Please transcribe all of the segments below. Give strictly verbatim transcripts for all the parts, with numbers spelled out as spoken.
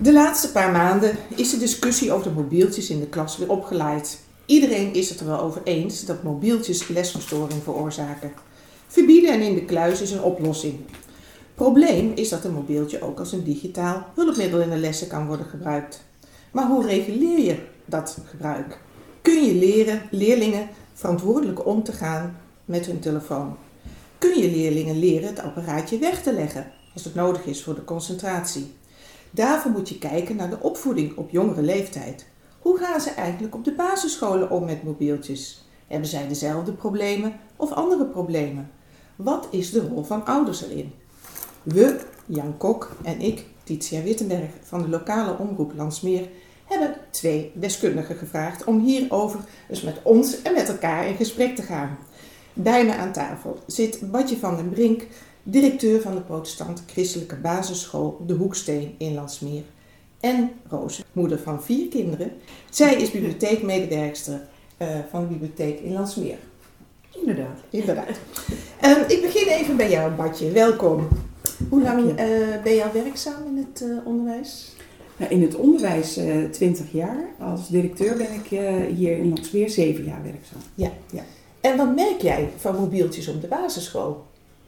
De laatste paar maanden is de discussie over de mobieltjes in de klas weer opgeleid. Iedereen is het er wel over eens dat mobieltjes lesverstoring veroorzaken. Verbieden en in de kluis is een oplossing. Probleem is dat een mobieltje ook als een digitaal hulpmiddel in de lessen kan worden gebruikt. Maar hoe reguleer je dat gebruik? Kun je leren leerlingen verantwoordelijk om te gaan met hun telefoon? Kun je leerlingen leren het apparaatje weg te leggen als het nodig is voor de concentratie? Daarvoor moet je kijken naar de opvoeding op jongere leeftijd. Hoe gaan ze eigenlijk op de basisscholen om met mobieltjes? Hebben zij dezelfde problemen of andere problemen? Wat is de rol van ouders erin? We, Jan Kok en ik, Titia Wittenberg van de lokale omroep Landsmeer, hebben twee deskundigen gevraagd om hierover dus met ons en met elkaar in gesprek te gaan. Bij me aan tafel zit Badje van den Brink, directeur van de protestant-christelijke basisschool De Hoeksteen in Landsmeer. En Roos, moeder van vier kinderen. Zij is bibliotheekmedewerkster uh, van de bibliotheek in Landsmeer. Inderdaad. Inderdaad. Um, ik begin even bij jou, Badje. Welkom. Hoe lang uh, ben je al werkzaam in het uh, onderwijs? Nou, in het onderwijs uh, twintig jaar. Als directeur ben ik uh, hier in Landsmeer zeven jaar werkzaam. Ja. ja. En wat merk jij van mobieltjes op de basisschool?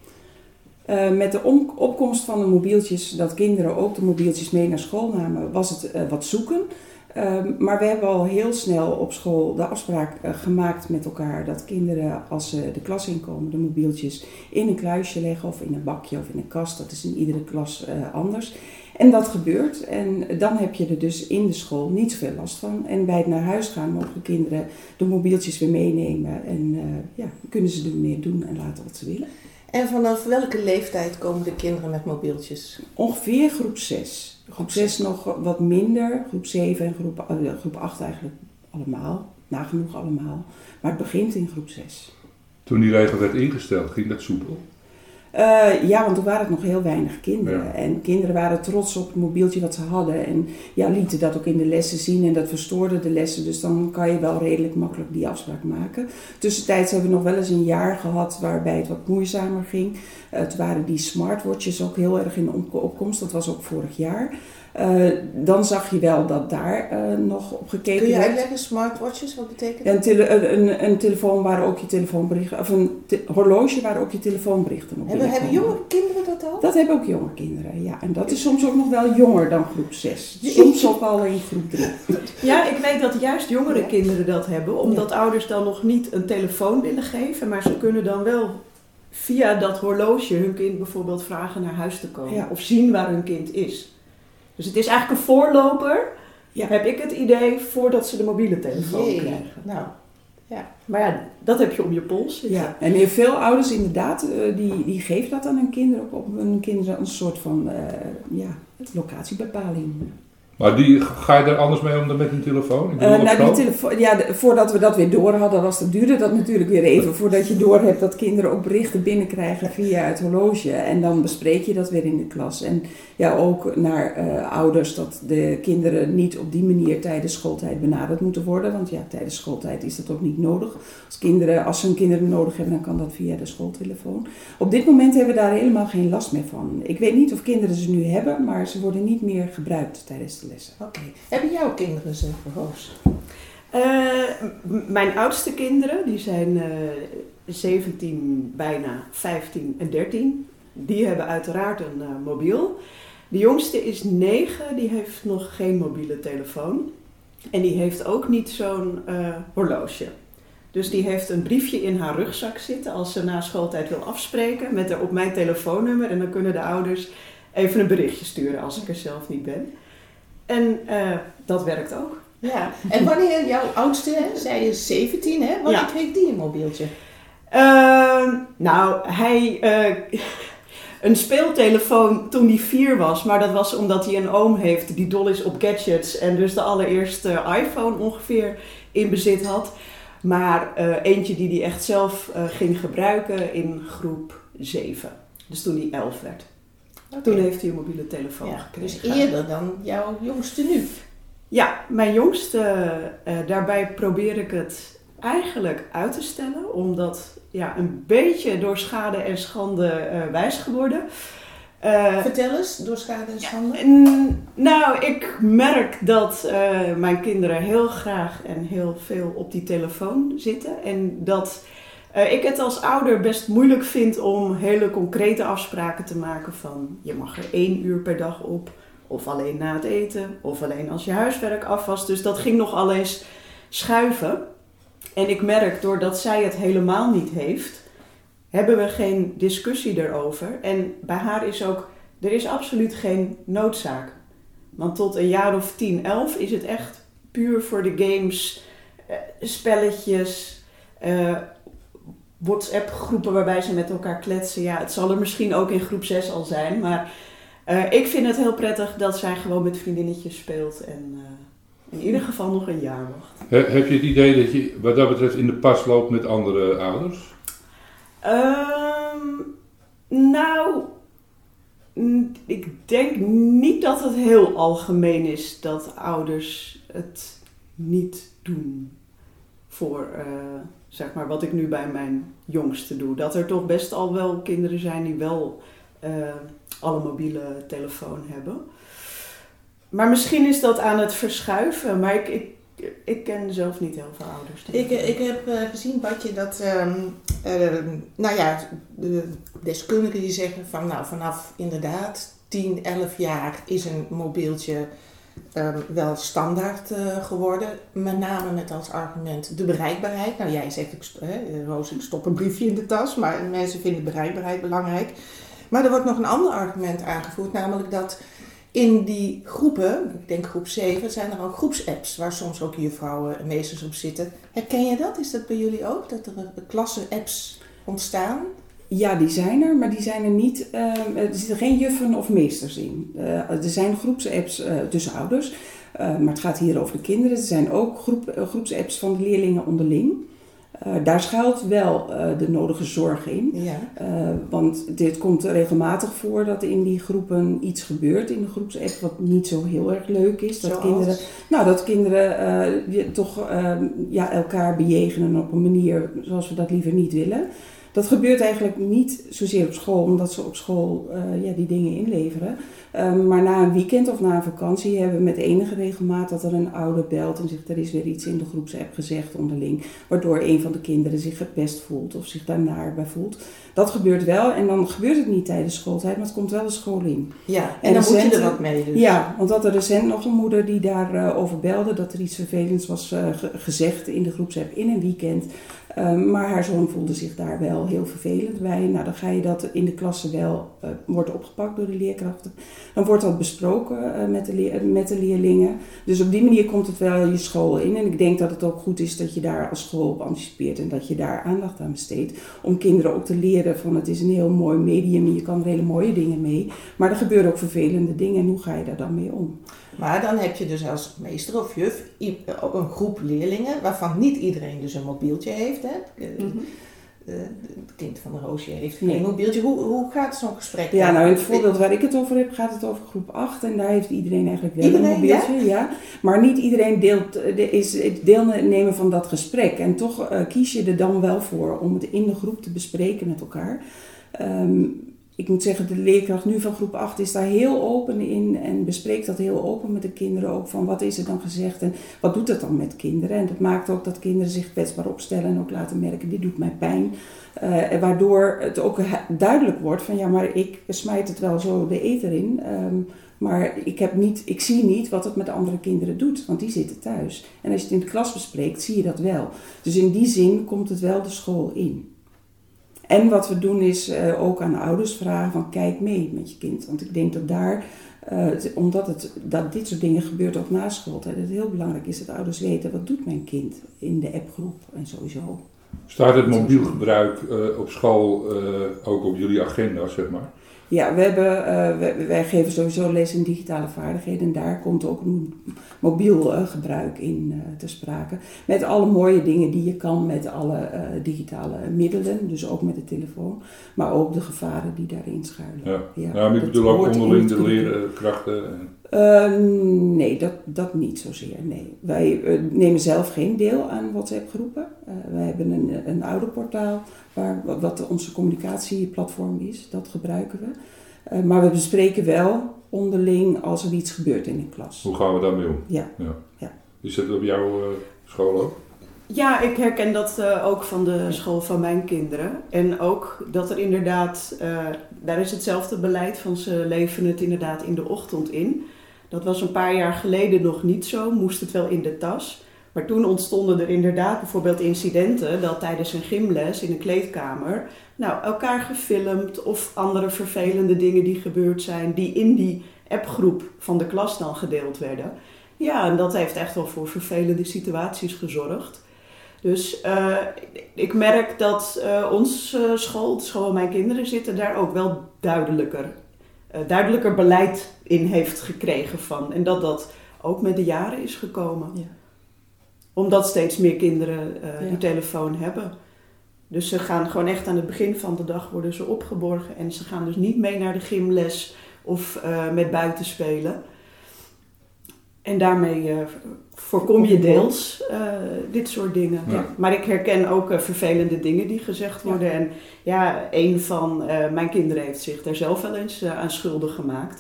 Uh, met de om- opkomst van de mobieltjes, dat kinderen ook de mobieltjes mee naar school namen, was het uh, wat zoeken. Uh, maar we hebben al heel snel op school de afspraak uh, gemaakt met elkaar dat kinderen als ze de klas inkomen de mobieltjes in een kluisje leggen of in een bakje of in een kast. Dat is in iedere klas uh, anders. En dat gebeurt en dan heb je er dus in de school niet zoveel last van. En bij het naar huis gaan mogen kinderen de mobieltjes weer meenemen en uh, ja, kunnen ze ermee doen en laten wat ze willen. En vanaf welke leeftijd komen de kinderen met mobieltjes? Ongeveer groep zes. Groep zes nog wat minder, groep zeven en groep, uh, groep acht eigenlijk allemaal, nagenoeg allemaal. Maar het begint in groep zes. Toen die regel werd ingesteld, ging dat soepel? Uh, ja, want toen waren het nog heel weinig kinderen. Ja. En kinderen waren trots op het mobieltje wat ze hadden. En ja, lieten dat ook in de lessen zien en dat verstoorde de lessen. Dus dan kan je wel redelijk makkelijk die afspraak maken. Tussentijds hebben we nog wel eens een jaar gehad waarbij het wat moeizamer ging. Uh, toen waren die smartwatches ook heel erg in op- opkomst. Dat was ook vorig jaar. Uh, dan zag je wel dat daar uh, nog op gekeken Kun je werd. uitleggen, smartwatches, wat betekent Ja, dat? een, tele- een, een telefoon waar ook je telefoonberichten, of een te- horloge waar ook je telefoonberichten op Hebben, hebben binnenkomen. jonge kinderen dat al? Dat hebben ook jonge kinderen, ja. En dat is soms ook nog wel jonger dan groep zes. Soms ook al in groep drie. Ja, ik weet dat juist jongere kinderen dat hebben, omdat ouders dan nog niet een telefoon willen geven, maar ze kunnen dan wel via dat horloge hun kind bijvoorbeeld vragen naar huis te komen Ja. of zien waar hun kind is. Dus het is eigenlijk een voorloper, Ja. heb ik het idee, voordat ze de mobiele telefoon Jee. krijgen. Nou, ja. Maar ja, dat heb je om je pols zitten. Ja, en heel veel ouders inderdaad, uh, die, die geven dat aan hun kinderen, ook op hun kinderen een soort van uh, ja, locatiebepaling. Maar die, ga je er anders mee om dan met een telefoon? Ik bedoel, Uh, op nou, school? die telefo- ja, de- voordat we dat weer door hadden, was dat, duurde dat natuurlijk weer even voordat je door hebt dat kinderen ook berichten binnenkrijgen via het horloge. En dan bespreek je dat weer in de klas. En ja, ook naar uh, ouders dat de kinderen niet op die manier tijdens schooltijd benaderd moeten worden. Want ja, tijdens schooltijd is dat ook niet nodig. Als, kinderen, als ze hun kinderen nodig hebben, dan kan dat via de schooltelefoon. Op dit moment hebben we daar helemaal geen last meer van. Ik weet niet of kinderen ze nu hebben, maar ze worden niet meer gebruikt tijdens de lessen. Oké. Okay. Hebben jouw kinderen ze, Roos? Uh, m- mijn oudste kinderen, die zijn uh, zeventien, bijna vijftien en dertien. Die hebben uiteraard een uh, mobiel. De jongste is negen, die heeft nog geen mobiele telefoon. En die heeft ook niet zo'n uh, horloge. Dus die heeft een briefje in haar rugzak zitten als ze na schooltijd wil afspreken met de, op mijn telefoonnummer. En dan kunnen de ouders even een berichtje sturen als ik er zelf niet ben. En uh, dat werkt ook. Ja. En wanneer jouw oudste, hè, zij is zeventien, hè? Wanneer Ja. kreeg die een mobieltje? Uh, nou, hij... Uh, een speeltelefoon toen hij vier was, maar dat was omdat hij een oom heeft die dol is op gadgets en dus de allereerste iPhone ongeveer in bezit had. Maar uh, eentje die hij echt zelf uh, ging gebruiken in groep zeven. Dus toen hij elf werd. Okay. Toen heeft hij een mobiele telefoon ja, gekregen. Dus eerder dan jouw jongste nu? Ja, mijn jongste, uh, daarbij probeer ik het eigenlijk uit te stellen, omdat ja, een beetje door schade en schande uh, wijs geworden. Uh, Vertel eens, door schade en schande. N- nou, ik merk dat uh, mijn kinderen heel graag en heel veel op die telefoon zitten. En dat uh, ik het als ouder best moeilijk vind om hele concrete afspraken te maken van je mag er één uur per dag op. Of alleen na het eten, of alleen als je huiswerk af was. Dus dat ging nogal eens schuiven. En ik merk, doordat zij het helemaal niet heeft, hebben we geen discussie erover. En bij haar is ook, er is absoluut geen noodzaak. Want tot een jaar of tien, elf is het echt puur voor de games, eh, spelletjes, eh, WhatsApp groepen waarbij ze met elkaar kletsen. Ja, het zal er misschien ook in groep zes al zijn, maar uh, ik vind het heel prettig dat zij gewoon met vriendinnetjes speelt en uh, in ieder geval nog een jaar wacht. He, heb je het idee dat je wat dat betreft in de pas loopt met andere ouders? Um, nou, ik denk niet dat het heel algemeen is dat ouders het niet doen voor, uh, zeg maar, wat ik nu bij mijn jongste doe. Dat er toch best al wel kinderen zijn die wel uh, alle mobiele telefoon hebben. Maar misschien is dat aan het verschuiven, maar ik, ik, ik ken zelf niet heel veel ouders. Ik, ik heb uh, gezien, Badje, dat um, uh, nou ja, de deskundigen die zeggen van nou vanaf inderdaad tien, elf jaar is een mobieltje um, wel standaard uh, geworden. Met name met als argument de bereikbaarheid. Nou jij zegt, ik, hè, Roos, ik stop een briefje in de tas, maar mensen vinden bereikbaarheid belangrijk. Maar er wordt nog een ander argument aangevoerd, namelijk dat in die groepen, ik denk groep zeven, zijn er ook groepsapps waar soms ook juffrouwen en meesters op zitten. Herken je dat? Is dat bij jullie ook? Dat er klasse-apps ontstaan? Ja, die zijn er, maar die zijn er niet. Uh, er zitten geen juffen of meesters in. Uh, er zijn groepsapps uh, tussen ouders, uh, maar het gaat hier over de kinderen. Er zijn ook groep, uh, groepsapps van de leerlingen onderling. Uh, daar schuilt wel uh, de nodige zorg in. Ja. Uh, want dit komt regelmatig voor dat in die groepen iets gebeurt in de groepsapp wat niet zo heel erg leuk is. Dat Zoals? kinderen, nou, dat kinderen uh, toch uh, ja, elkaar bejegenen op een manier zoals we dat liever niet willen. Dat gebeurt eigenlijk niet zozeer op school, omdat ze op school uh, ja, die dingen inleveren. Um, maar na een weekend of na een vakantie hebben we met enige regelmaat dat er een ouder belt en zegt er is weer iets in de groepsapp gezegd onderling. Waardoor een van de kinderen zich gepest voelt of zich daar naar bij voelt. Dat gebeurt wel en dan gebeurt het niet tijdens schooltijd, maar het komt wel de school in. Ja, en, en dan recent, moet je er wat mee dus. Ja, want had er recent nog een moeder die daarover uh, over belde dat er iets vervelends was uh, ge- gezegd in de groepsapp in een weekend. Um, maar haar zoon voelde zich daar wel heel vervelend bij. Nou, dan ga je dat in de klasse wel, uh, wordt opgepakt door de leerkrachten. Dan wordt dat besproken uh, met, de leer, met de leerlingen. Dus op die manier komt het wel je school in. En ik denk dat het ook goed is dat je daar als school op anticipeert en dat je daar aandacht aan besteedt. Om kinderen ook te leren van het is een heel mooi medium en je kan er hele mooie dingen mee. Maar er gebeuren ook vervelende dingen en hoe ga je daar dan mee om? Maar dan heb je dus als meester of juf een groep leerlingen waarvan niet iedereen dus een mobieltje heeft. Hè? Mm-hmm. Het kind van de Roosje heeft geen nee. mobieltje. Hoe, hoe gaat zo'n gesprek? Ja, nou in het voorbeeld waar ik het over heb, gaat het over groep acht. En daar heeft iedereen eigenlijk wel iedereen, een mobieltje. Ja? Ja. Maar niet iedereen deelt, is deelnemen van dat gesprek. En toch uh, kies je er dan wel voor om het in de groep te bespreken met elkaar. Um, Ik moet zeggen, de leerkracht nu van groep acht is daar heel open in en bespreekt dat heel open met de kinderen ook van wat is er dan gezegd en wat doet het dan met kinderen. En dat maakt ook dat kinderen zich kwetsbaar opstellen en ook laten merken, dit doet mij pijn. Uh, en waardoor het ook duidelijk wordt van ja, maar ik smijt het wel zo de ether in, um, maar ik, heb niet, ik zie niet wat het met de andere kinderen doet, want die zitten thuis. En als je het in de klas bespreekt, zie je dat wel. Dus in die zin komt het wel de school in. En wat we doen is uh, ook aan ouders vragen van kijk mee met je kind. Want ik denk dat daar, uh, omdat het, dat dit soort dingen gebeurt ook na schooltijd, dat het heel belangrijk is dat ouders weten wat doet mijn kind in de appgroep en sowieso. Staat het mobiel gebruik uh, op school uh, ook op jullie agenda, zeg maar? Ja, we hebben, uh, wij, wij geven sowieso les in digitale vaardigheden en daar komt ook mobiel uh, gebruik in uh, ter sprake. Met alle mooie dingen die je kan met alle uh, digitale middelen, dus ook met de telefoon, maar ook de gevaren die daarin schuilen. Ja, ja, ja maar ik bedoel ook onderling de leerkrachten. Uh, nee, dat, dat niet zozeer. Nee. Wij uh, nemen zelf geen deel aan WhatsApp-groepen. Uh, wij hebben een, een ouderportaal waar, wat onze communicatieplatform is. Dat gebruiken we. Uh, maar we bespreken wel onderling als er iets gebeurt in de klas. Hoe gaan we daarmee om? Ja. ja. ja. Is dat op jouw uh, school ook? Ja, ik herken dat uh, ook van de school van mijn kinderen. En ook dat er inderdaad, uh, daar is hetzelfde beleid van ze leveren het inderdaad in de ochtend in. Dat was een paar jaar geleden nog niet zo, moest het wel in de tas. Maar toen ontstonden er inderdaad bijvoorbeeld incidenten dat tijdens een gymles in een kleedkamer nou, elkaar gefilmd of andere vervelende dingen die gebeurd zijn, die in die appgroep van de klas dan gedeeld werden. Ja, en dat heeft echt wel voor vervelende situaties gezorgd. Dus uh, ik merk dat uh, onze school, de school van mijn kinderen, zitten daar ook wel duidelijker, uh, duidelijker beleid in heeft gekregen van. En dat dat ook met de jaren is gekomen. Ja. Omdat steeds meer kinderen uh, ja. die telefoon hebben. Dus ze gaan gewoon echt aan het begin van de dag worden ze opgeborgen. En ze gaan dus niet mee naar de gymles of uh, met buiten spelen. En daarmee uh, voorkom je deels uh, dit soort dingen. Ja. Maar ik herken ook uh, vervelende dingen die gezegd worden. Ja. En ja, een van uh, mijn kinderen heeft zich daar zelf wel eens uh, aan schuldig gemaakt.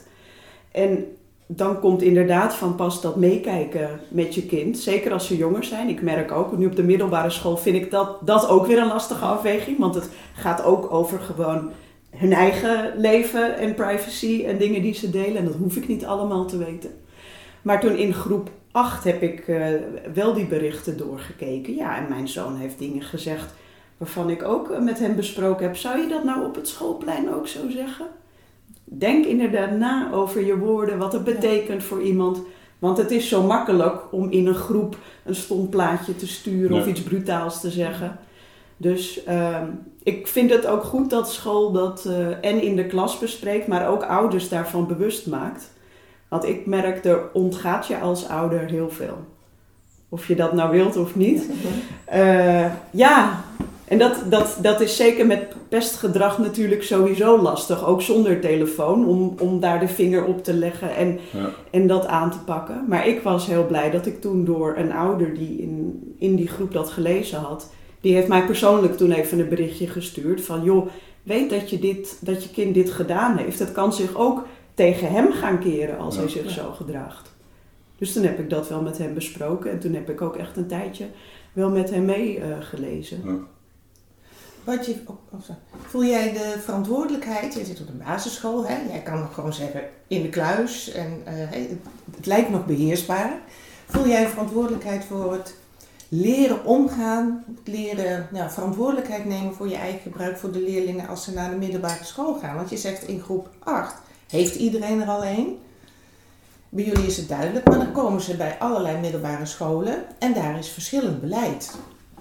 En dan komt inderdaad van pas dat meekijken met je kind. Zeker als ze jonger zijn. Ik merk ook, nu op de middelbare school vind ik dat, dat ook weer een lastige afweging. Want het gaat ook over gewoon hun eigen leven en privacy en dingen die ze delen. En dat hoef ik niet allemaal te weten. Maar toen in groep acht heb ik uh, wel die berichten doorgekeken. Ja, en mijn zoon heeft dingen gezegd waarvan ik ook uh, met hem besproken heb. Zou je dat nou op het schoolplein ook zo zeggen? Denk inderdaad na over je woorden, wat het betekent ja. voor iemand. Want het is zo makkelijk om in een groep een stom plaatje te sturen ja. of iets brutaals te zeggen. Dus uh, ik vind het ook goed dat school dat uh, en in de klas bespreekt, maar ook ouders daarvan bewust maakt. Want ik merk, er ontgaat je als ouder heel veel. Of je dat nou wilt of niet. Uh, ja, en dat, dat, dat is zeker met pestgedrag natuurlijk sowieso lastig. Ook zonder telefoon, om, om daar de vinger op te leggen en, ja. en dat aan te pakken. Maar ik was heel blij dat ik toen door een ouder die in, in die groep dat gelezen had, die heeft mij persoonlijk toen even een berichtje gestuurd van, joh, weet dat je, dit, dat je kind dit gedaan heeft. Het kan zich ook tegen hem gaan keren als ja. hij zich ja. zo gedraagt. Dus toen heb ik dat wel met hem besproken. En toen heb ik ook echt een tijdje wel met hem mee uh, gelezen. Ja. Wat je, oh, oh, voel jij de verantwoordelijkheid? Jij zit op de basisschool, hè? Jij kan nog gewoon zeggen in de kluis. En, uh, het, het lijkt nog beheersbaar. Voel jij verantwoordelijkheid voor het leren omgaan, leren nou, verantwoordelijkheid nemen voor je eigen gebruik voor de leerlingen als ze naar de middelbare school gaan? Want je zegt in groep acht, heeft iedereen er al een? Bij jullie is het duidelijk, maar dan komen ze bij allerlei middelbare scholen en daar is verschillend beleid.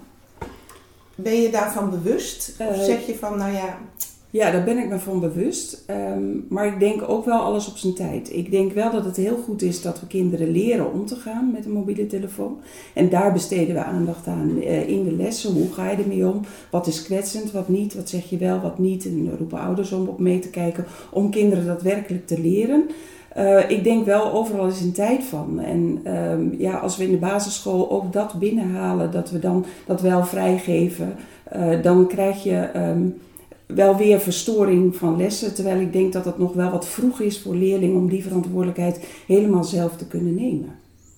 Ben je daarvan bewust? Of zeg je van, nou ja... Ja, daar ben ik me van bewust. Um, maar ik denk ook wel alles op zijn tijd. Ik denk wel dat het heel goed is dat we kinderen leren om te gaan met een mobiele telefoon. En daar besteden we aandacht aan uh, in de lessen. Hoe ga je ermee om? Wat is kwetsend, wat niet? Wat zeg je wel, wat niet? En we roepen ouders om op mee te kijken. Om kinderen daadwerkelijk te leren. Uh, ik denk wel, overal is een tijd van. En um, ja, als we in de basisschool ook dat binnenhalen, dat we dan dat wel vrijgeven, uh, dan krijg je um, wel weer verstoring van lessen. Terwijl ik denk dat het nog wel wat vroeg is voor leerlingen om die verantwoordelijkheid helemaal zelf te kunnen nemen.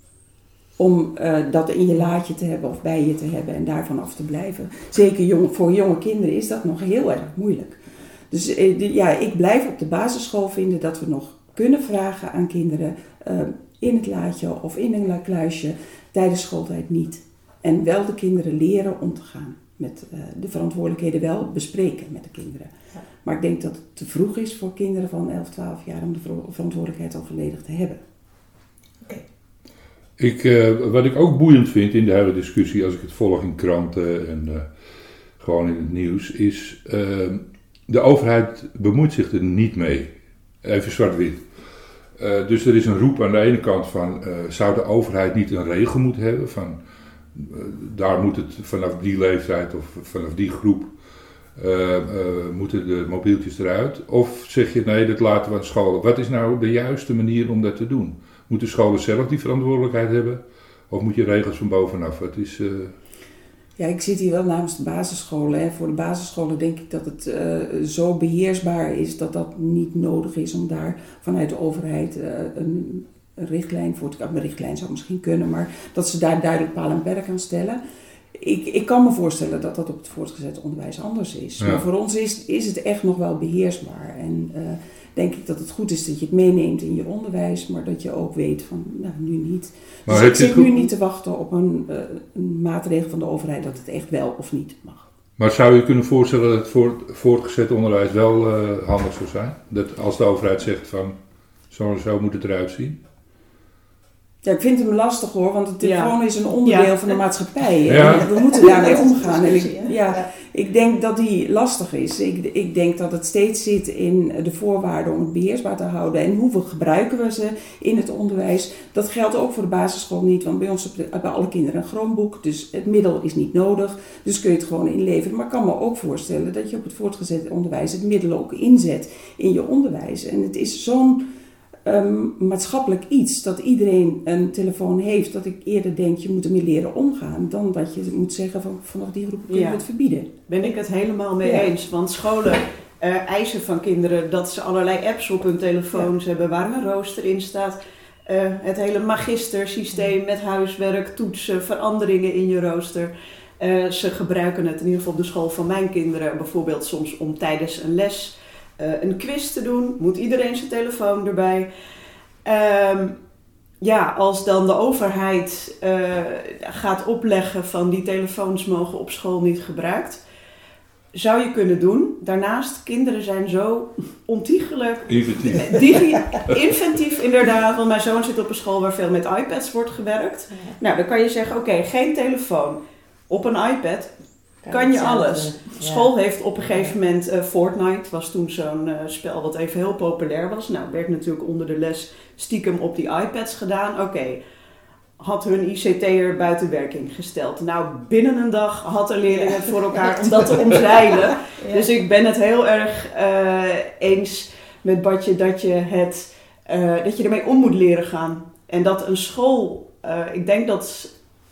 Om uh, dat in je laadje te hebben of bij je te hebben en daarvan af te blijven. Zeker jong, voor jonge kinderen is dat nog heel erg moeilijk. Dus uh, de, ja, ik blijf op de basisschool vinden dat we nog kunnen vragen aan kinderen uh, in het laadje of in een kluisje tijdens schooltijd niet. En wel de kinderen leren om te gaan met uh, de verantwoordelijkheden wel bespreken met de kinderen. Ja. Maar ik denk dat het te vroeg is voor kinderen van elf, twaalf jaar om de verantwoordelijkheid al volledig te hebben. Okay. Ik, uh, wat ik ook boeiend vind in de hele discussie, als ik het volg in kranten en uh, gewoon in het nieuws, is uh, de overheid bemoeit zich er niet mee. Even zwart-wit. Uh, dus er is een roep aan de ene kant van, uh, zou de overheid niet een regel moeten hebben van, uh, daar moet het vanaf die leeftijd of vanaf die groep, uh, uh, moeten de mobieltjes eruit? Of zeg je, nee, dat laten we aan scholen. Wat is nou de juiste manier om dat te doen? Moeten scholen zelf die verantwoordelijkheid hebben? Of moet je regels van bovenaf? Het is... Uh... Ja, ik zit hier wel namens de basisscholen. Hè. Voor de basisscholen denk ik dat het uh, zo beheersbaar is dat dat niet nodig is om daar vanuit de overheid uh, een, een richtlijn voor te krijgen. Een richtlijn zou misschien kunnen, maar dat ze daar duidelijk paal en perk aan stellen. Ik, ik kan me voorstellen dat dat op het voortgezet onderwijs anders is. Ja. Maar voor ons is, is het echt nog wel beheersbaar. En uh, denk ik dat het goed is dat je het meeneemt in je onderwijs, maar dat je ook weet van, nou, nu niet. Maar dus ik zit nu niet te wachten op een, uh, een maatregel van de overheid dat het echt wel of niet mag. Maar zou je kunnen voorstellen dat het voor het voortgezet onderwijs wel uh, handig zou zijn? Dat als de overheid zegt van, zo en zo moet het eruit zien? Ja, ik vind hem lastig hoor, want de telefoon ja. is een onderdeel ja. van de maatschappij. Ja. En we moeten daarmee omgaan. En ik, ja, ik denk dat die lastig is. Ik, ik denk dat het steeds zit in de voorwaarden om het beheersbaar te houden. En hoeveel gebruiken we ze in het onderwijs. Dat geldt ook voor de basisschool niet, want bij ons hebben alle kinderen een Chromebook. Dus het middel is niet nodig. Dus kun je het gewoon inleveren. Maar ik kan me ook voorstellen dat je op het voortgezet onderwijs het middel ook inzet in je onderwijs. En het is zo'n Um, maatschappelijk iets, dat iedereen een telefoon heeft, dat ik eerder denk, je moet ermee leren omgaan, dan dat je moet zeggen van vanaf die groep kunnen ja. we het verbieden. Ben ik het helemaal mee ja. eens, want scholen uh, eisen van kinderen dat ze allerlei apps op hun telefoons ja. hebben waar een rooster in staat. Uh, het hele magistersysteem met huiswerk, toetsen, veranderingen in je rooster. Uh, ze gebruiken het in ieder geval op de school van mijn kinderen bijvoorbeeld soms om tijdens een les Uh, een quiz te doen, moet iedereen zijn telefoon erbij. Um, ja, als dan de overheid uh, gaat opleggen van die telefoons mogen op school niet gebruikt, zou je kunnen doen. Daarnaast, kinderen zijn zo ontiegelijk inventief. Digi- inventief inderdaad, want mijn zoon zit op een school waar veel met iPads wordt gewerkt. Ja. Nou, dan kan je zeggen, oké, okay, geen telefoon. Op een iPad kan je alles. School heeft op een gegeven moment, uh, Fortnite was toen zo'n uh, spel wat even heel populair was. Nou, werd natuurlijk onder de les stiekem op die iPads gedaan. Oké, okay. Had hun I C T'er buiten werking gesteld. Nou, binnen een dag had de leerling het voor elkaar om dat te omzeilen. Ja. Dus ik ben het heel erg uh, eens met Badje dat je, het, uh, dat je ermee om moet leren gaan. En dat een school, uh, ik denk dat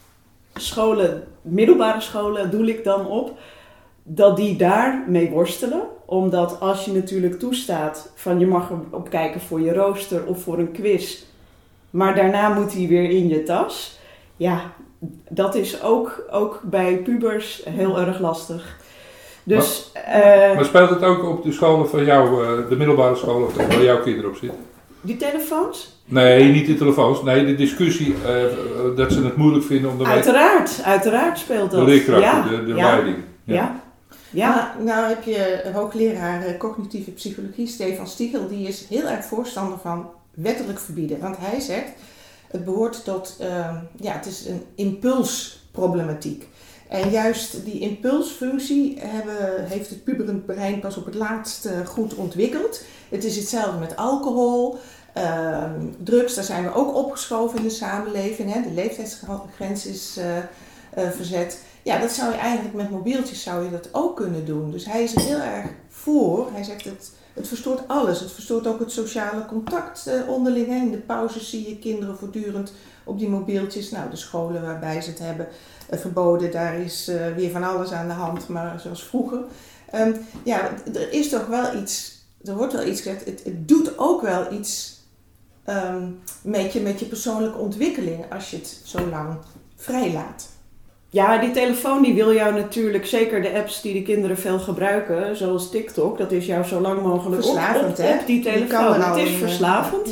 scholen, middelbare scholen doel ik dan op, dat die daarmee worstelen. Omdat als je natuurlijk toestaat van je mag erop kijken voor je rooster of voor een quiz, maar daarna moet hij weer in je tas. Ja, dat is ook, ook bij pubers heel erg lastig. Dus, maar, uh, maar speelt het ook op de scholen van jou, uh, de middelbare scholen, of waar jouw kinderen op zitten? Die telefoons? Nee, niet de telefoons. Nee, de discussie uh, dat ze het moeilijk vinden om de... Uiteraard, uiteraard speelt dat. De leerkrachten, ja, de, de ja, leiding. Ja. ja. ja. Nou, nou heb je een hoogleraar cognitieve psychologie, Stefan Stiegel, die is heel erg voorstander van wettelijk verbieden. Want hij zegt, het behoort tot, uh, ja, het is een impulsproblematiek. En juist die impulsfunctie hebben, heeft het puberend brein pas op het laatst uh, goed ontwikkeld. Het is hetzelfde met alcohol, uh, drugs, daar zijn we ook opgeschoven in de samenleving. Hè? De leeftijdsgrens is uh, uh, verzet. Ja, dat zou je eigenlijk met mobieltjes zou je dat ook kunnen doen. Dus hij is er heel erg voor. Hij zegt het, het verstoort alles. Het verstoort ook het sociale contact uh, onderling. Hè? In de pauzes zie je kinderen voortdurend op die mobieltjes. Nou, de scholen waarbij ze het hebben uh, verboden, daar is uh, weer van alles aan de hand, maar zoals vroeger. Um, ja, er is toch wel iets, er wordt wel iets gezegd, het, het doet ook wel iets um, met, je, met je persoonlijke ontwikkeling als je het zo lang vrijlaat. Ja, die telefoon die wil jou natuurlijk, zeker de apps die de kinderen veel gebruiken, zoals TikTok, dat is jou zo lang mogelijk verslavend, op, op, op die telefoon. Het is verslavend.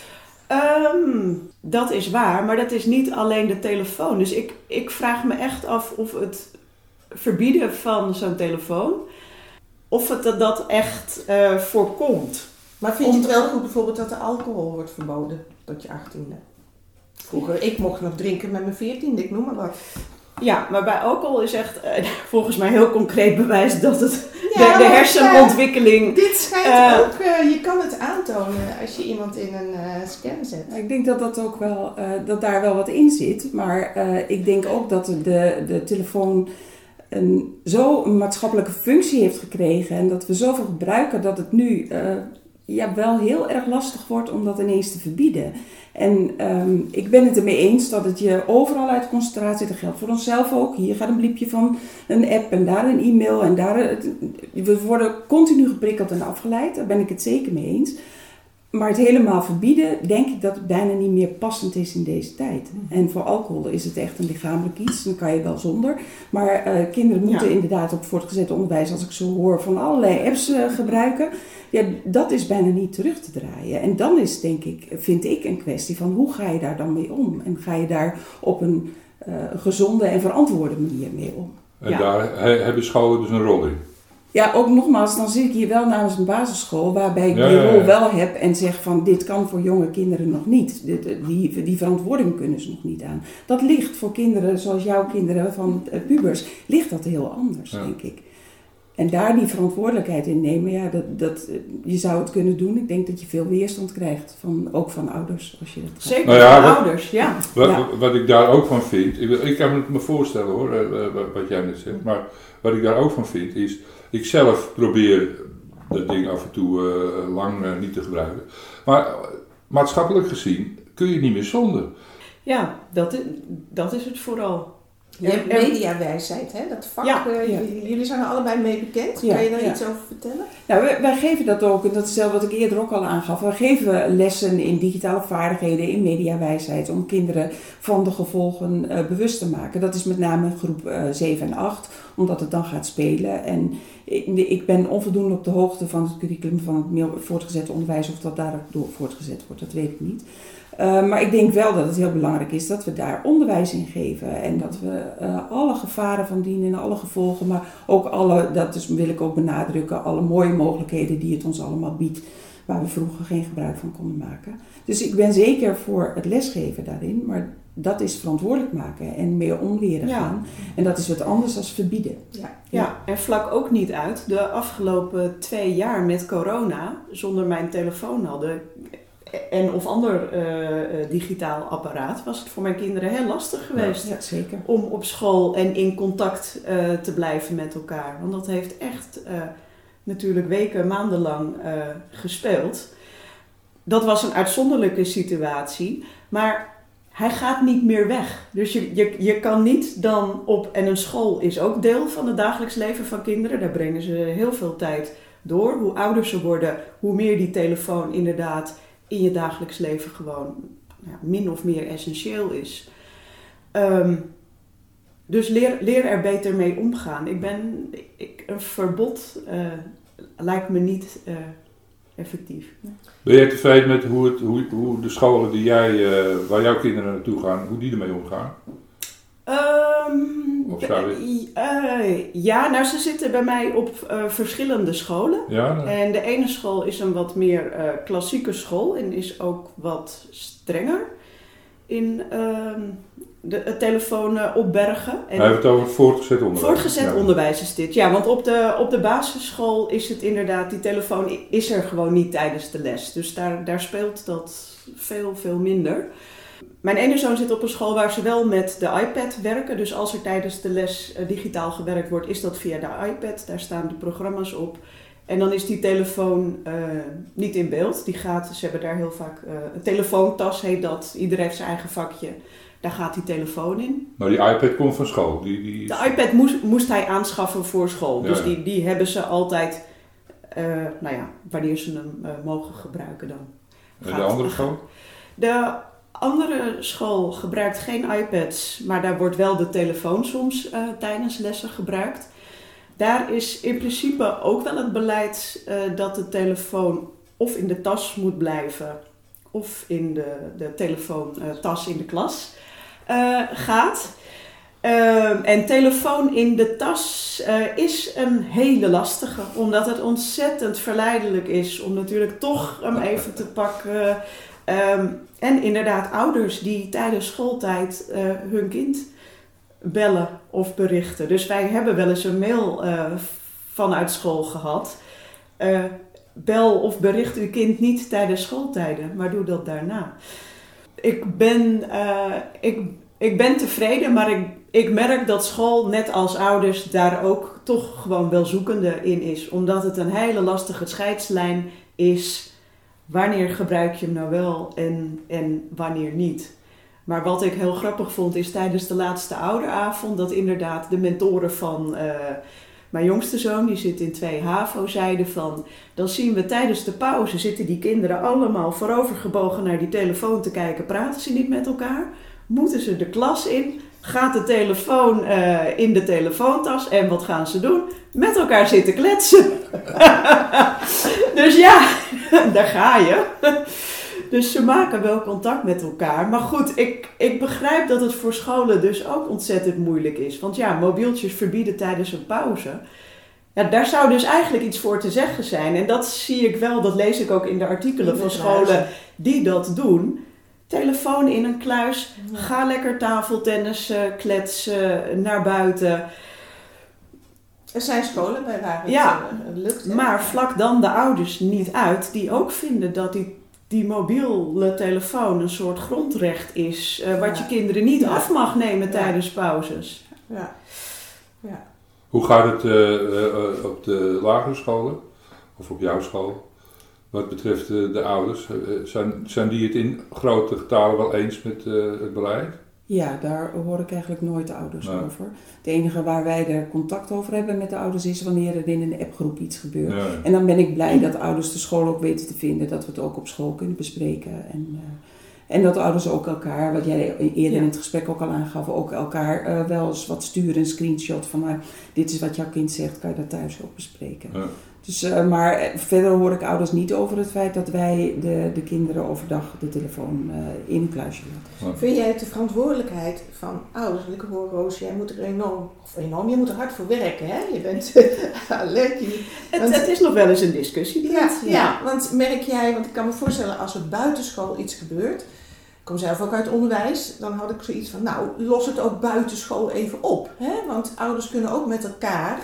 Ja. Um, dat is waar, maar dat is niet alleen de telefoon. Dus ik, ik vraag me echt af of het verbieden van zo'n telefoon, of het dat echt uh, voorkomt. Maar vind je het wel goed bijvoorbeeld dat de alcohol wordt verboden tot je achttiende? Vroeger, ik mocht nog drinken met mijn veertiende, ik noem maar wat. Ja, maar bij alcohol is echt uh, volgens mij heel concreet bewijs dat het ja, de, de hersenontwikkeling... Uh, dit schijnt uh, ook, uh, je kan het aantonen als je iemand in een uh, scan zet. Ik denk dat dat ook wel, uh, dat daar wel wat in zit. Maar uh, ik denk ook dat de, de telefoon een, zo een maatschappelijke functie heeft gekregen en dat we zoveel gebruiken dat het nu... Uh, ja, wel heel erg lastig wordt om dat ineens te verbieden. En um, ik ben het ermee eens dat het je overal uit concentratie, dat geldt voor onszelf ook. Hier gaat een bliepje van een app en daar een e-mail en daar... We worden continu geprikkeld en afgeleid, daar ben ik het zeker mee eens. Maar het helemaal verbieden, denk ik dat het bijna niet meer passend is in deze tijd. En voor alcohol is het echt een lichamelijk iets, dan kan je wel zonder. Maar uh, kinderen moeten ja. inderdaad op voortgezet onderwijs, als ik zo hoor, van allerlei apps uh, gebruiken. Ja, dat is bijna niet terug te draaien. En dan is, denk ik, vind ik een kwestie van hoe ga je daar dan mee om? En ga je daar op een uh, gezonde en verantwoorde manier mee om? En ja. daar hebben scholen dus een rol in? Ja, ook nogmaals, dan zit ik hier wel namens een basisschool waarbij ik ja, die ja, ja. rol wel heb en zeg van dit kan voor jonge kinderen nog niet. Die, die verantwoording kunnen ze nog niet aan. Dat ligt voor kinderen zoals jouw kinderen van pubers, ligt dat heel anders, ja. denk ik. En daar die verantwoordelijkheid in nemen, ja, dat, dat, je zou het kunnen doen. Ik denk dat je veel weerstand krijgt, van, ook van ouders. Als je dat gaat. Zeker nou ja, van wat, ouders, ja. Wat, ja. wat ik daar ook van vind, ik, ik kan het me voorstellen hoor, wat jij net zegt, maar wat ik daar ook van vind is, ik zelf probeer dat ding af en toe uh, lang uh, niet te gebruiken. Maar uh, maatschappelijk gezien kun je niet meer zonder. Ja, dat is, dat is het vooral. Je hebt mediawijsheid, hè? Dat vak, ja, uh, ja. jullie zijn er allebei mee bekend. Ja, kan je daar ja. iets over vertellen? Nou, wij, wij geven dat ook, en dat is hetzelfde wat ik eerder ook al aangaf. Wij geven lessen in digitale vaardigheden, in mediawijsheid, om kinderen van de gevolgen uh, bewust te maken. Dat is met name groep uh, zeven en acht, omdat het dan gaat spelen. En ik, ik ben onvoldoende op de hoogte van het curriculum van het voortgezet onderwijs, of dat daardoor voortgezet wordt, dat weet ik niet. Uh, maar ik denk wel dat het heel belangrijk is dat we daar onderwijs in geven. En dat we uh, alle gevaren van dien en alle gevolgen, maar ook alle, dat is, wil ik ook benadrukken, alle mooie mogelijkheden die het ons allemaal biedt, waar we vroeger geen gebruik van konden maken. Dus ik ben zeker voor het lesgeven daarin, maar dat is verantwoordelijk maken en meer omleren ja. gaan. En dat is wat anders dan verbieden. Ja. ja, en vlak ook niet uit. De afgelopen twee jaar met corona, zonder mijn telefoon hadden en of ander uh, digitaal apparaat, was het voor mijn kinderen heel lastig geweest. Ja, zeker. Om op school en in contact uh, te blijven met elkaar. Want dat heeft echt uh, natuurlijk weken, maandenlang uh, gespeeld. Dat was een uitzonderlijke situatie, maar hij gaat niet meer weg. Dus je, je, je kan niet dan op, en een school is ook deel van het dagelijks leven van kinderen. Daar brengen ze heel veel tijd door. Hoe ouder ze worden, hoe meer die telefoon inderdaad in je dagelijks leven gewoon ja, min of meer essentieel is. Um, dus leer, leer er beter mee omgaan. Ik ben, ik, een verbod uh, lijkt me niet uh, effectief. Ben jij tevreden met hoe, het, hoe, hoe de scholen die jij, uh, waar jouw kinderen naartoe gaan, hoe die ermee omgaan? Um, of zou je... uh, ja, nou ze zitten bij mij op uh, verschillende scholen. Ja, nou. En de ene school is een wat meer uh, klassieke school en is ook wat strenger in uh, de, het telefoon uh, opbergen. En Hij heeft het over voortgezet onderwijs. Voortgezet ja. onderwijs is dit, ja, want op de, op de basisschool is het inderdaad, die telefoon is er gewoon niet tijdens de les. Dus daar, daar speelt dat veel, veel minder. Mijn ene zoon zit op een school waar ze wel met de iPad werken. Dus als er tijdens de les uh, digitaal gewerkt wordt, is dat via de iPad. Daar staan de programma's op. En dan is die telefoon uh, niet in beeld. Die gaat, ze hebben daar heel vaak uh, een telefoontas, heet dat. Iedereen heeft zijn eigen vakje. Daar gaat die telefoon in. Maar die iPad komt van school? Die, die... De iPad moest, moest hij aanschaffen voor school. Ja, dus ja. die, die hebben ze altijd, uh, nou ja, wanneer ze hem uh, mogen gebruiken dan. En de andere school? De andere school gebruikt geen iPads, maar daar wordt wel de telefoon soms uh, tijdens lessen gebruikt. Daar is in principe ook wel het beleid uh, dat de telefoon of in de tas moet blijven of in de, de telefoontas uh, in de klas uh, gaat. Uh, en telefoon in de tas uh, is een hele lastige, omdat het ontzettend verleidelijk is om natuurlijk toch hem even te pakken. Um, en inderdaad ouders die tijdens schooltijd uh, hun kind bellen of berichten. Dus wij hebben wel eens een mail uh, vanuit school gehad. Uh, bel of bericht uw kind niet tijdens schooltijden, maar doe dat daarna. Ik ben, uh, ik, ik ben tevreden, maar ik, ik merk dat school, net als ouders, daar ook toch gewoon wel zoekende in is. Omdat het een hele lastige scheidslijn is wanneer gebruik je hem nou wel en, en wanneer niet. Maar wat ik heel grappig vond is tijdens de laatste ouderavond dat inderdaad de mentoren van uh, mijn jongste zoon, die zit in twee HAVO, zeiden van, dan zien we tijdens de pauze zitten die kinderen allemaal voorovergebogen naar die telefoon te kijken, praten ze niet met elkaar, moeten ze de klas in, gaat de telefoon uh, in de telefoontas en wat gaan ze doen? Met elkaar zitten kletsen. Dus ja, daar ga je. Dus ze maken wel contact met elkaar. Maar goed, ik, ik begrijp dat het voor scholen dus ook ontzettend moeilijk is. Want ja, mobieltjes verbieden tijdens een pauze. Ja, daar zou dus eigenlijk iets voor te zeggen zijn. En dat zie ik wel, dat lees ik ook in de artikelen van scholen die dat doen. Telefoon in een kluis, ja. Ga lekker tafeltennissen, kletsen, naar buiten. Er zijn scholen bij waar het ja, uh, lukt. Hè? Maar vlak dan de ouders niet uit die ook vinden dat die, die mobiele telefoon een soort grondrecht is. Uh, wat ja. je kinderen niet ja. af mag nemen ja. tijdens pauzes. Ja. Ja. Hoe gaat het uh, uh, op de lagere scholen? Of op jouw school? Wat betreft uh, de ouders. Uh, zijn, zijn die het in grote getalen wel eens met uh, het beleid? Ja, daar hoor ik eigenlijk nooit de ouders nee. over. Het enige waar wij er contact over hebben met de ouders is wanneer er in een appgroep iets gebeurt. Ja. En dan ben ik blij dat ouders de school ook weten te vinden, dat we het ook op school kunnen bespreken. En, uh, en dat ouders ook elkaar, wat jij eerder ja. in het gesprek ook al aangaf, ook elkaar uh, wel eens wat sturen, een screenshot van uh, dit is wat jouw kind zegt, kan je dat thuis ook bespreken. Ja. Dus, uh, maar verder hoor ik ouders niet over het feit dat wij de, de kinderen overdag de telefoon uh, in een kluisje laten. Ja. Vind jij het de verantwoordelijkheid van ouders? Want ik hoor Roos, jij moet er enorm, of enorm, je moet er hard voor werken, hè? Je bent alert. Je, het, het is nog wel eens een discussie. Ja, ja. ja, want merk jij, want ik kan me voorstellen als er buitenschool iets gebeurt, ik kom zelf ook uit onderwijs, dan had ik zoiets van, nou, los het ook buitenschool even op. Hè? Want ouders kunnen ook met elkaar,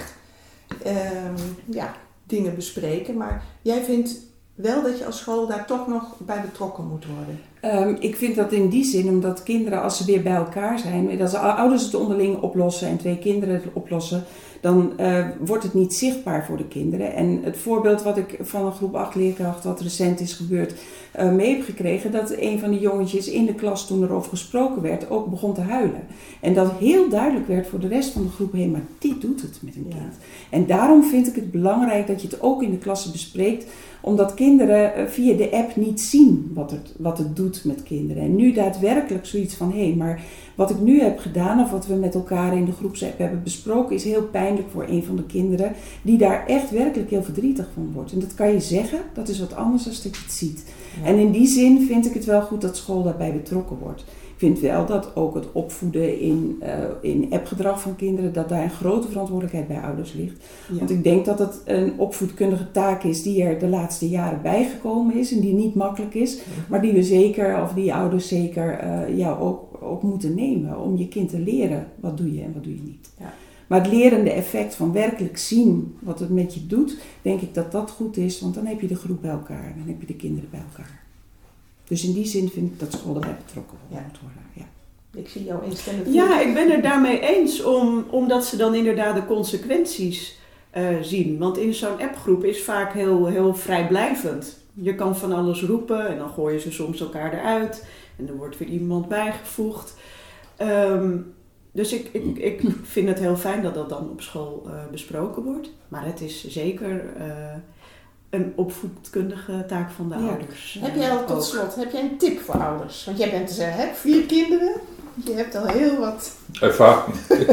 um, ja... dingen bespreken, maar jij vindt wel dat je als school daar toch nog bij betrokken moet worden? Um, ik vind dat in die zin, omdat kinderen als ze weer bij elkaar zijn, als ouders het onderling oplossen en twee kinderen het oplossen, dan uh, wordt het niet zichtbaar voor de kinderen. En het voorbeeld wat ik van een groep acht leerkracht, wat recent is gebeurd, uh, mee heb gekregen, dat een van de jongetjes in de klas, toen er over gesproken werd, ook begon te huilen. En dat heel duidelijk werd voor de rest van de groep, hé, hey, maar dit doet het met een kind. Ja. En daarom vind ik het belangrijk dat je het ook in de klasse bespreekt, omdat kinderen via de app niet zien wat het, wat het doet met kinderen. En nu daadwerkelijk zoiets van, hé, hey, maar wat ik nu heb gedaan of wat we met elkaar in de groepsapp hebben besproken is heel pijnlijk voor een van de kinderen die daar echt werkelijk heel verdrietig van wordt. En dat kan je zeggen, dat is wat anders dan dat je het ziet. Ja. En in die zin vind ik het wel goed dat school daarbij betrokken wordt. Ik vind wel dat ook het opvoeden in, uh, in appgedrag van kinderen, dat daar een grote verantwoordelijkheid bij ouders ligt. Ja. Want ik denk dat het een opvoedkundige taak is die er de laatste jaren bijgekomen is en die niet makkelijk is, ja. maar die we zeker, of die ouders zeker uh, ja, ook, ook moeten nemen om je kind te leren wat doe je en wat doe je niet. Ja. Maar het lerende effect van werkelijk zien wat het met je doet, denk ik dat dat goed is, want dan heb je de groep bij elkaar, dan heb je de kinderen bij elkaar. Dus in die zin vind ik dat school erbij betrokken ja. moet worden. Ja. Ik zie jou instemmend. Ja, ik ben het daarmee eens, om, omdat ze dan inderdaad de consequenties uh, zien. Want in zo'n appgroep is vaak heel, heel vrijblijvend. Je kan van alles roepen en dan gooien ze soms elkaar eruit. En er wordt weer iemand bijgevoegd. Um, dus ik, ik, ik vind het heel fijn dat dat dan op school uh, besproken wordt. Maar het is zeker uh, een opvoedkundige taak van de ja. ouders. Heb jij al tot slot, heb jij een tip voor ouders? Want jij bent dus, hè, vier kinderen. Je hebt al heel wat ervaring.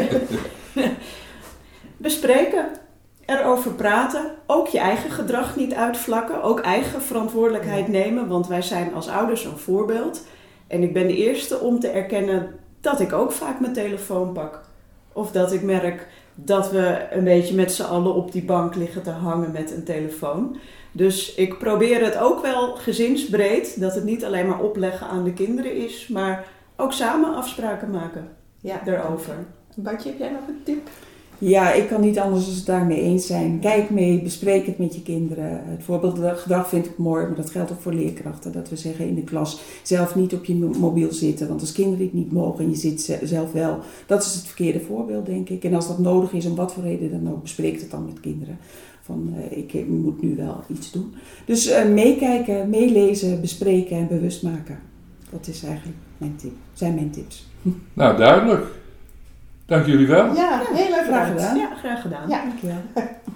Bespreken, erover praten, ook je eigen gedrag niet uitvlakken, ook eigen verantwoordelijkheid nemen, want wij zijn als ouders een voorbeeld. En ik ben de eerste om te erkennen dat ik ook vaak mijn telefoon pak. Of dat ik merk dat we een beetje met z'n allen op die bank liggen te hangen met een telefoon. Dus ik probeer het ook wel gezinsbreed, dat het niet alleen maar opleggen aan de kinderen is, maar ook samen afspraken maken ja. daarover. Bartje, heb jij nog een tip? Ja, ik kan niet anders dan het daarmee eens zijn. Kijk mee, bespreek het met je kinderen. Het voorbeeldgedrag vind ik mooi, maar dat geldt ook voor leerkrachten. Dat we zeggen in de klas zelf niet op je mobiel zitten. Want als kinderen het niet mogen en je zit zelf wel, dat is het verkeerde voorbeeld, denk ik. En als dat nodig is, om wat voor reden dan ook, bespreek het dan met kinderen. van uh, ik moet nu wel iets doen. Dus uh, meekijken, meelezen, bespreken en bewust maken. Dat is eigenlijk mijn tip, zijn mijn tips. Nou, duidelijk. Dank jullie wel. Ja, heel erg Graag gedaan. Ja, graag gedaan. Ja. Dankjewel.